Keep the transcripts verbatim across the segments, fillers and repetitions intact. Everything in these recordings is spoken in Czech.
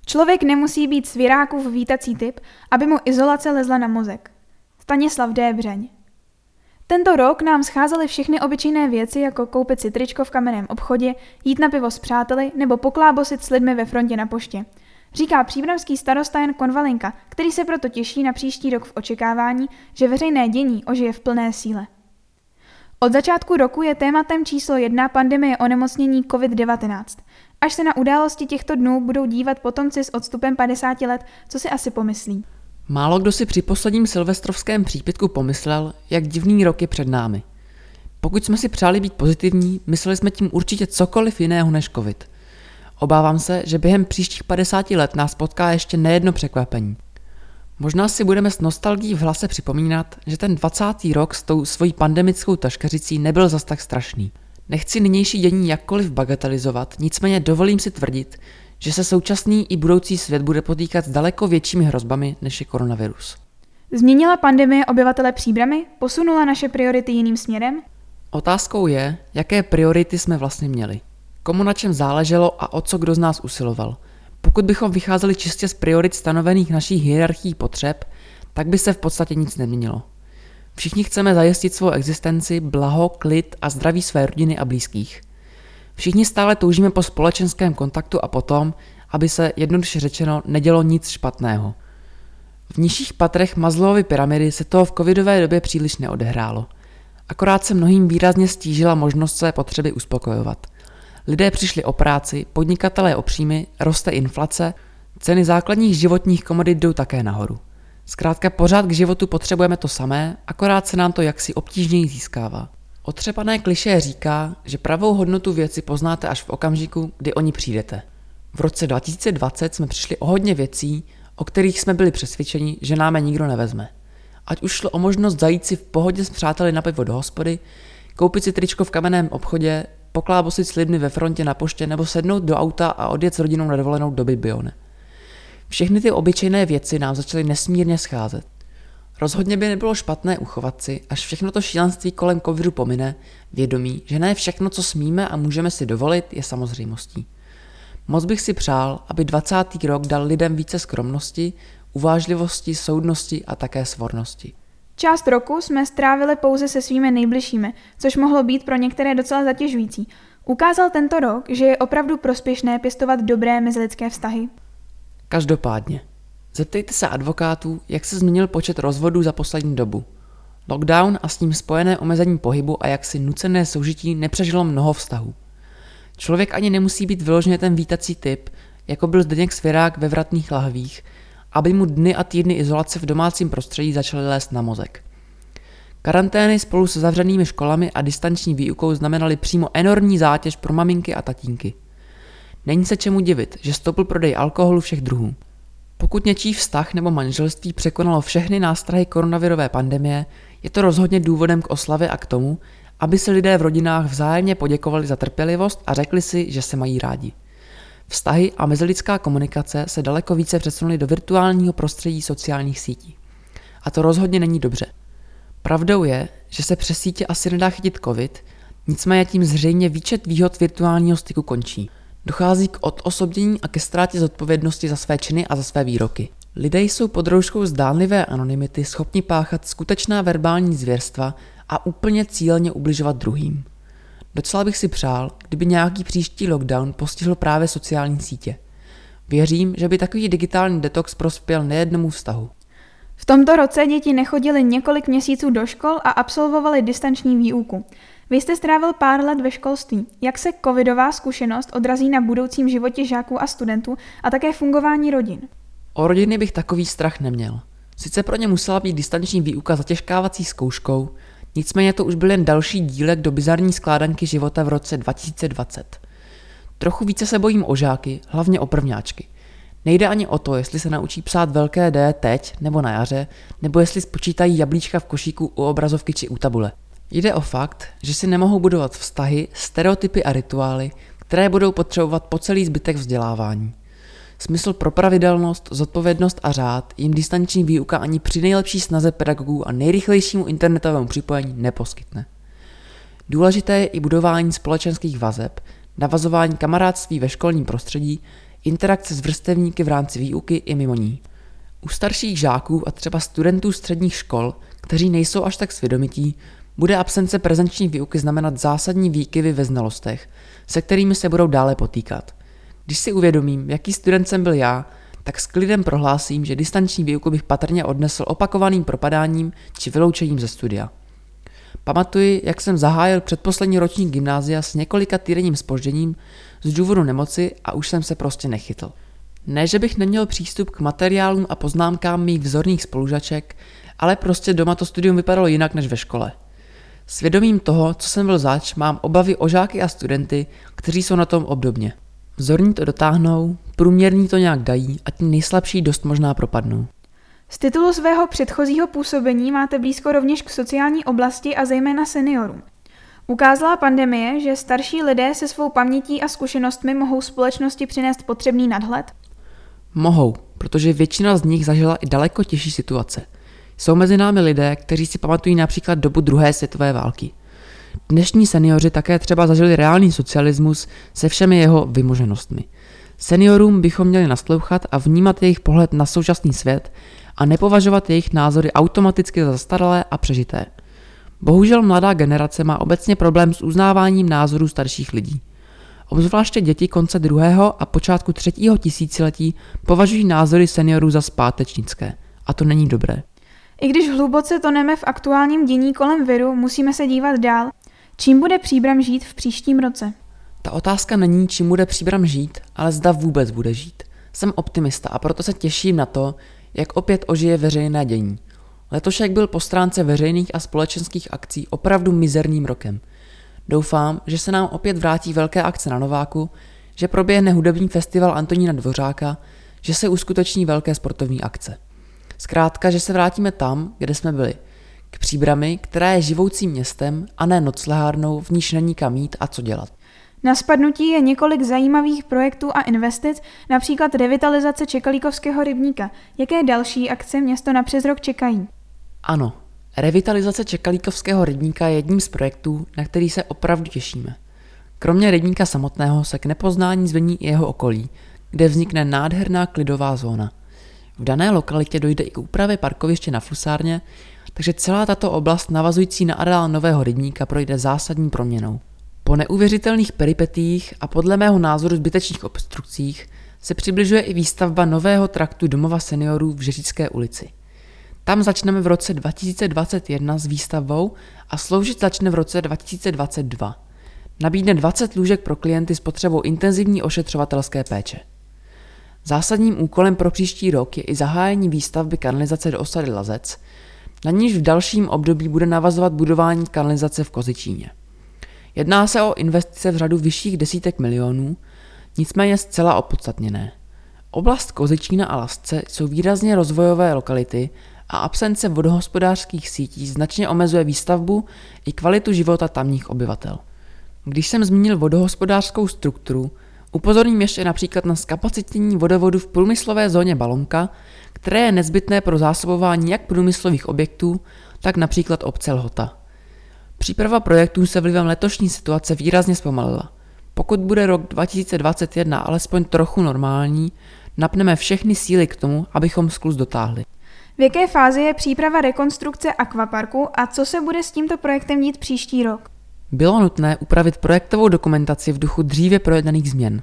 Člověk nemusí být svěrákův vítací typ, aby mu izolace lezla na mozek. Stanislav D. Břeň. Tento rok nám scházely všechny obyčejné věci, jako koupit si tričko v kamenném obchodě, jít na pivo s přáteli nebo poklábosit s lidmi ve frontě na poště. Říká příbramský starosta Jan Konvalinka, který se proto těší na příští rok v očekávání, že veřejné dění ožije v plné síle. Od začátku roku je tématem číslo jedna pandemie onemocnění covid devatenáct. Až se na události těchto dnů budou dívat potomci s odstupem padesáti let, co si asi pomyslí. Málo kdo si při posledním silvestrovském přípitku pomyslel, jak divný rok je před námi. Pokud jsme si přáli být pozitivní, mysleli jsme tím určitě cokoliv jiného než covid. Obávám se, že během příštích padesáti let nás potká ještě nejedno překvapení. Možná si budeme s nostalgií v hlase připomínat, že ten dvacátý rok s tou svojí pandemickou taškařicí nebyl zas tak strašný. Nechci nynější dění jakkoliv bagatelizovat, nicméně dovolím si tvrdit, že se současný i budoucí svět bude potýkat s daleko většími hrozbami, než je koronavirus. Změnila pandemie obyvatele Příbrami? Posunula naše priority jiným směrem? Otázkou je, jaké priority jsme vlastně měli. Komu na čem záleželo a o co kdo z nás usiloval. Pokud bychom vycházeli čistě z priorit stanovených naší hierarchií potřeb, tak by se v podstatě nic neměnilo. Všichni chceme zajistit svou existenci, blaho, klid a zdraví své rodiny a blízkých. Všichni stále toužíme po společenském kontaktu a potom, aby se jednoduše řečeno nedělo nic špatného. V nižších patrech Maslowovy pyramidy se toho v covidové době příliš neodehrálo. Akorát se mnohým výrazně stížila možnost své potřeby uspokojovat. Lidé přišli o práci, podnikatelé o příjmy, roste inflace, ceny základních životních komodit jdou také nahoru. Zkrátka pořád k životu potřebujeme to samé, akorát se nám to jaksi obtížněji získává. Otřepané klišé říká, že pravou hodnotu věci poznáte až v okamžiku, kdy o ní přijdete. V roce dva tisíce dvacet jsme přišli o hodně věcí, o kterých jsme byli přesvědčeni, že nám je nikdo nevezme. Ať už šlo o možnost zajít si v pohodě s přáteli na pivo do hospody, koupit si tričko v kamenném obchodě, poklábosit s lidmi ve frontě na poště nebo sednout do auta a odjet s rodinou na dovolenou do Bibione. Všechny ty obyčejné věci nám začaly nesmírně scházet. Rozhodně by nebylo špatné uchovat si, až všechno to šílenství kolem covidu pomine, vědomí, že ne všechno, co smíme a můžeme si dovolit, je samozřejmostí. Moc bych si přál, aby dvacátý rok dal lidem více skromnosti, uvážlivosti, soudnosti a také svornosti. Část roku jsme strávili pouze se svými nejbližšími, což mohlo být pro některé docela zatěžující. Ukázal tento rok, že je opravdu prospěšné pěstovat dobré mezilidské vztahy? Každopádně. Zeptejte se advokátů, jak se změnil počet rozvodů za poslední dobu. Lockdown a s ním spojené omezení pohybu a jaksi nucené soužití nepřežilo mnoho vztahů. Člověk ani nemusí být vyloženě ten vítací typ, jako byl Zdeněk Svěrák ve Vratných lahvích, aby mu dny a týdny izolace v domácím prostředí začaly lézt na mozek. Karantény spolu se zavřenými školami a distanční výukou znamenaly přímo enormní zátěž pro maminky a tatínky. Není se čemu divit, že stoupl prodej alkoholu všech druhů. Pokud něčí vztah nebo manželství překonalo všechny nástrahy koronavirové pandemie, je to rozhodně důvodem k oslavě a k tomu, aby se lidé v rodinách vzájemně poděkovali za trpělivost a řekli si, že se mají rádi. Vztahy a mezilidská komunikace se daleko více přesunuly do virtuálního prostředí sociálních sítí. A to rozhodně není dobře. Pravdou je, že se přes sítě asi nedá chytit covid, nicméně tím zřejmě výčet výhod virtuálního styku končí. Dochází k odosobnění a ke ztrátě zodpovědnosti za své činy a za své výroky. Lidé jsou pod rouškou zdánlivé anonymity schopni páchat skutečná verbální zvěrstva a úplně cíleně ubližovat druhým. Docela bych si přál, kdyby nějaký příští lockdown postihl právě sociální sítě. Věřím, že by takový digitální detox prospěl nejednomu vztahu. V tomto roce děti nechodily několik měsíců do škol a absolvovali distanční výuku. Vy jste strávil pár let ve školství. Jak se covidová zkušenost odrazí na budoucím životě žáků a studentů a také fungování rodin? O rodiny bych takový strach neměl. Sice pro ně musela být distanční výuka zatěžkávací zkouškou, nicméně to už byl jen další dílek do bizarní skládanky života v roce dva tisíce dvacet. Trochu více se bojím o žáky, hlavně o prvňáčky. Nejde ani o to, jestli se naučí psát velké D teď nebo na jaře, nebo jestli spočítají jablíčka v košíku u obrazovky či u tabule. Jde o fakt, že si nemohou budovat vztahy, stereotypy a rituály, které budou potřebovat po celý zbytek vzdělávání. Smysl pro pravidelnost, zodpovědnost a řád jim distanční výuka ani při nejlepší snaze pedagogů a nejrychlejšímu internetovému připojení neposkytne. Důležité je i budování společenských vazeb, navazování kamarádství ve školním prostředí, interakce s vrstevníky v rámci výuky i mimo ní. U starších žáků a třeba studentů středních škol, kteří nejsou až tak svědomití, bude absence prezenční výuky znamenat zásadní výkyvy ve znalostech, se kterými se budou dále potýkat. Když si uvědomím, jaký student jsem byl já, tak s klidem prohlásím, že distanční výuku bych patrně odnesl opakovaným propadáním či vyloučením ze studia. Pamatuji, jak jsem zahájil předposlední ročník gymnázia s několika týdenním zpožděním z důvodu nemoci a už jsem se prostě nechytl. Ne, že bych neměl přístup k materiálům a poznámkám mých vzorných spolužaček, ale prostě doma to studium vypadalo jinak než ve škole. Svědomím toho, co jsem byl zač, mám obavy o žáky a studenty, kteří jsou na tom obdobně. Vzorní to dotáhnou, průměrní to nějak dají a ti nejslabší dost možná propadnou. Z titulu svého předchozího působení máte blízko rovněž k sociální oblasti a zejména seniorům. Ukázala pandemie, že starší lidé se svou pamětí a zkušenostmi mohou společnosti přinést potřebný nadhled? Mohou, protože většina z nich zažila i daleko těžší situace. Jsou mezi námi lidé, kteří si pamatují například dobu druhé světové války. Dnešní seniori také třeba zažili reálný socialismus se všemi jeho vymoženostmi. Seniorům bychom měli naslouchat a vnímat jejich pohled na současný svět a nepovažovat jejich názory automaticky za zastaralé a přežité. Bohužel mladá generace má obecně problém s uznáváním názorů starších lidí. Obzvláště děti konce druhého a počátku třetího tisíciletí považují názory seniorů za zpátečnické. A to není dobré. I když hluboce toneme v aktuálním dění kolem viru, musíme se dívat dál. Čím bude Příbram žít v příštím roce? Ta otázka není, čím bude Příbram žít, ale zda vůbec bude žít. Jsem optimista a proto se těším na to, jak opět ožije veřejné dění. Letošek byl po stránce veřejných a společenských akcí opravdu mizerným rokem. Doufám, že se nám opět vrátí velké akce na Nováku, že proběhne hudební festival Antonína Dvořáka, že se uskuteční velké sportovní akce. Zkrátka, že se vrátíme tam, kde jsme byli. K Příbrami, která je živoucím městem a ne noclehárnou, v níž není kam jít a co dělat. Na spadnutí je několik zajímavých projektů a investic, například revitalizace Čekalíkovského rybníka. Jaké další akce město na přes rok čekají? Ano, revitalizace Čekalíkovského rybníka je jedním z projektů, na který se opravdu těšíme. Kromě rybníka samotného se k nepoznání zvení i jeho okolí, kde vznikne nádherná klidová zóna. V dané lokalitě dojde i k úpravě parkoviště na Flusárně, takže celá tato oblast navazující na areál nového rybníka projde zásadní proměnou. Po neuvěřitelných peripetiích a podle mého názoru zbytečných obstrukcích se přibližuje i výstavba nového traktu domova seniorů v Žeřícké ulici. Tam začneme v roce dva tisíce dvacet jedna s výstavbou a sloužit začne v roce dva tisíce dvacet dva. Nabídne dvacet lůžek pro klienty s potřebou intenzivní ošetřovatelské péče. Zásadním úkolem pro příští rok je i zahájení výstavby kanalizace do osady Lazec, na níž v dalším období bude navazovat budování kanalizace v Kozičíně. Jedná se o investice v řadu vyšších desítek milionů, nicméně zcela opodstatněné. Oblast Kozičína a Lazce jsou výrazně rozvojové lokality a absence vodohospodářských sítí značně omezuje výstavbu i kvalitu života tamních obyvatel. Když jsem zmínil vodohospodářskou strukturu, upozorním ještě například na zkapacitnění vodovodu v průmyslové zóně Balonka, které je nezbytné pro zásobování jak průmyslových objektů, tak například obce Lhota. Příprava projektů se vlivem letošní situace výrazně zpomalila. Pokud bude rok dva tisíce dvacet jedna alespoň trochu normální, napneme všechny síly k tomu, abychom skluz dotáhli. V jaké fázi je příprava rekonstrukce akvaparku a co se bude s tímto projektem dít příští rok? Bylo nutné upravit projektovou dokumentaci v duchu dříve projednaných změn.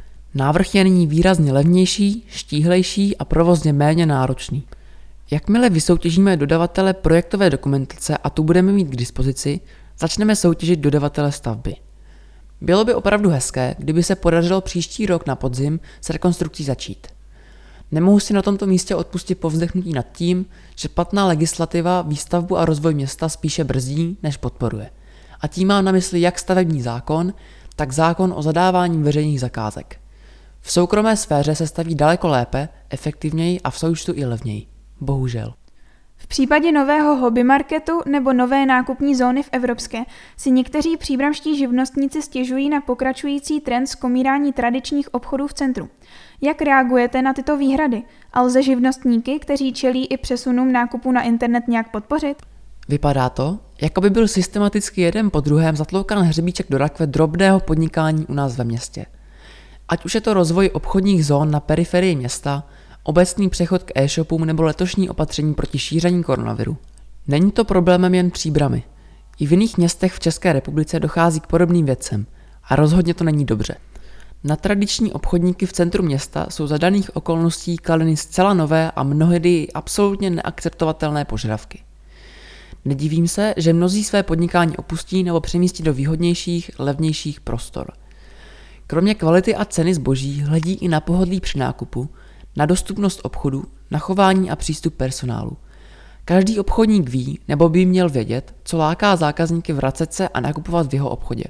Návrh je nyní výrazně levnější, štíhlejší a provozně méně náročný. Jakmile vysoutěžíme dodavatele projektové dokumentace a tu budeme mít k dispozici, začneme soutěžit dodavatele stavby. Bylo by opravdu hezké, kdyby se podařilo příští rok na podzim s rekonstrukcí začít. Nemohu si na tomto místě odpustit povzdechnutí nad tím, že platná legislativa výstavbu a rozvoj města spíše brzdí, než podporuje. A tím mám na mysli jak stavební zákon, tak zákon o zadávání veřejných zakázek. V soukromé sféře se staví daleko lépe, efektivněji a v součtu i levněji. Bohužel. V případě nového hobby marketu nebo nové nákupní zóny v Evropské si někteří příbramští živnostníci stěžují na pokračující trend zkomírání tradičních obchodů v centru. Jak reagujete na tyto výhrady? A lze živnostníky, kteří čelí i přesunům nákupu na internet, nějak podpořit? Vypadá to, jako by byl systematicky jeden po druhém zatloukan hřebíček do rakve drobného podnikání u nás ve městě. Ať už je to rozvoj obchodních zón na periferii města, obecný přechod k e-shopům nebo letošní opatření proti šíření koronaviru. Není to problémem jen Příbrami. I v jiných městech v České republice dochází k podobným věcem a rozhodně to není dobře. Na tradiční obchodníky v centru města jsou za daných okolností kladeny zcela nové a mnohdy absolutně neakceptovatelné požadavky. Nedivím se, že mnozí své podnikání opustí nebo přemístí do výhodnějších, levnějších prostor. Kromě kvality a ceny zboží hledí i na pohodlí při nákupu, na dostupnost obchodu, na chování a přístup personálu. Každý obchodník ví, nebo by měl vědět, co láká zákazníky vracet se a nakupovat v jeho obchodě.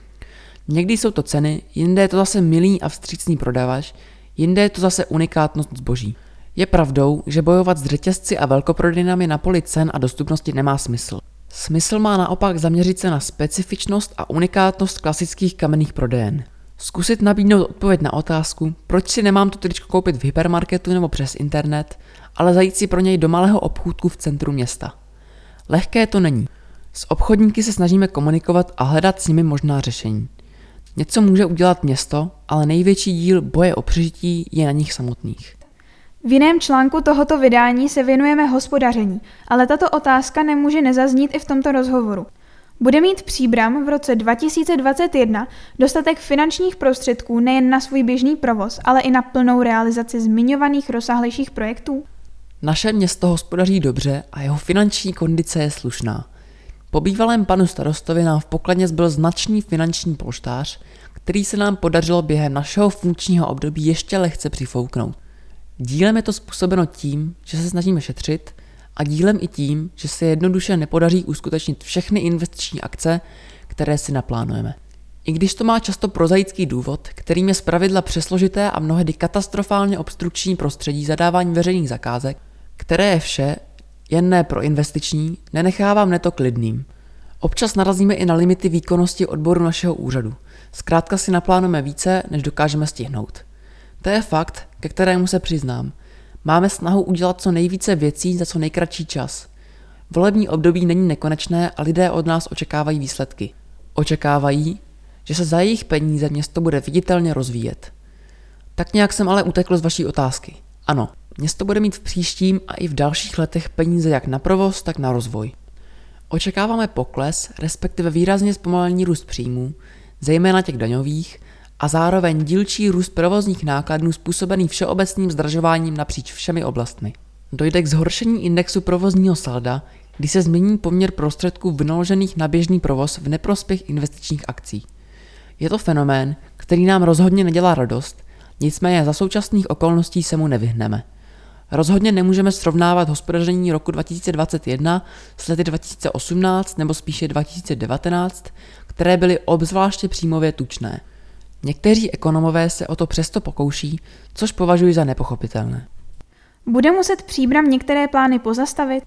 Někdy jsou to ceny, jinde je to zase milý a vstřícný prodavač, jinde je to zase unikátnost zboží. Je pravdou, že bojovat s řetězci a velkoprodejnami na poli cen a dostupnosti nemá smysl. Smysl má naopak zaměřit se na specifičnost a unikátnost klasických kamenných prodejen. Zkusit nabídnout odpověď na otázku, proč si nemám to tričko koupit v hypermarketu nebo přes internet, ale zajít si pro něj do malého obchůdku v centru města. Lehké to není. S obchodníky se snažíme komunikovat a hledat s nimi možná řešení. Něco může udělat město, ale největší díl boje o přežití je na nich samotných. V jiném článku tohoto vydání se věnujeme hospodaření, ale tato otázka nemůže nezaznít i v tomto rozhovoru. Bude mít Příbram v roce dva tisíce dvacet jedna dostatek finančních prostředků nejen na svůj běžný provoz, ale i na plnou realizaci zmiňovaných rozsáhlejších projektů? Naše město hospodaří dobře a jeho finanční kondice je slušná. Po bývalém panu starostovi nám v pokladně zbyl značný finanční polštář, který se nám podařilo během našeho funkčního období ještě lehce přifouknout. Dílem je to způsobeno tím, že se snažíme šetřit, a dílem i tím, že se jednoduše nepodaří uskutečnit všechny investiční akce, které si naplánujeme. I když to má často prozaický důvod, kterým je zpravidla přesložité a mnohdy katastrofálně obstrukční prostředí zadávání veřejných zakázek, které je vše, jen ne pro investiční, nenechává mne to klidným. Občas narazíme i na limity výkonnosti odboru našeho úřadu. Zkrátka si naplánujeme více, než dokážeme stihnout. To je fakt, ke kterému se přiznám. Máme snahu udělat co nejvíce věcí za co nejkratší čas. Volební období není nekonečné a lidé od nás očekávají výsledky. Očekávají, že se za jejich peníze město bude viditelně rozvíjet. Tak nějak jsem ale utekl z vaší otázky. Ano, město bude mít v příštím a i v dalších letech peníze jak na provoz, tak na rozvoj. Očekáváme pokles, respektive výrazně zpomalení růst příjmů, zejména těch daňových, a zároveň dílčí růst provozních nákladů způsobený všeobecným zdražováním napříč všemi oblastmi. Dojde k zhoršení indexu provozního salda, kdy se změní poměr prostředků vynaložených na běžný provoz v neprospěch investičních akcí. Je to fenomén, který nám rozhodně nedělá radost, nicméně za současných okolností se mu nevyhneme. Rozhodně nemůžeme srovnávat hospodaření roku dva tisíce dvacet jedna s lety dva tisíce osmnáct nebo spíše dva tisíce devatenáct, které byly obzvláště příjmově tučné. Někteří ekonomové se o to přesto pokouší, což považuji za nepochopitelné. Bude muset Příbram některé plány pozastavit?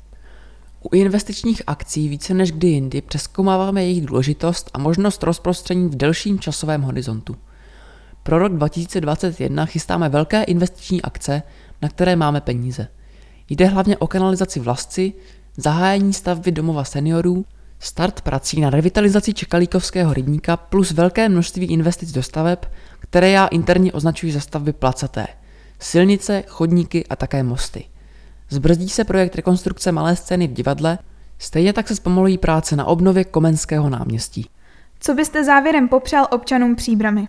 U investičních akcí více než kdy jindy přezkoumáváme jejich důležitost a možnost rozprostření v delším časovém horizontu. Pro rok dva tisíce dvacet jedna chystáme velké investiční akce, na které máme peníze. Jde hlavně o kanalizaci v Lasci, zahájení stavby domova seniorů, start prací na revitalizaci Čekalíkovského rybníka plus velké množství investic do staveb, které já interně označuji za stavby placaté. Silnice, chodníky a také mosty. Zbrzdí se projekt rekonstrukce malé scény v divadle, stejně tak se zpomalují práce na obnově Komenského náměstí. Co byste závěrem popřál občanům Příbrami?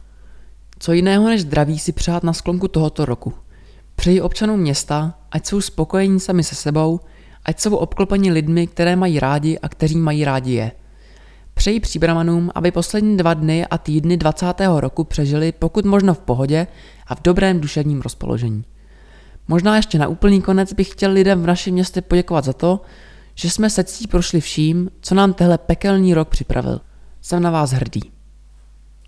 Co jiného než zdraví si přát na sklonku tohoto roku. Přeji občanům města, ať jsou spokojení sami se sebou, ať jsou obklopeni lidmi, které mají rádi a kteří mají rádi je. Přeji Příbramanům, aby poslední dva dny a týdny dvacátého roku přežili pokud možno v pohodě a v dobrém duševním rozpoložení. Možná ještě na úplný konec bych chtěl lidem v našem městě poděkovat za to, že jsme se ctí prošli vším, co nám tehle pekelný rok připravil. Jsem na vás hrdý.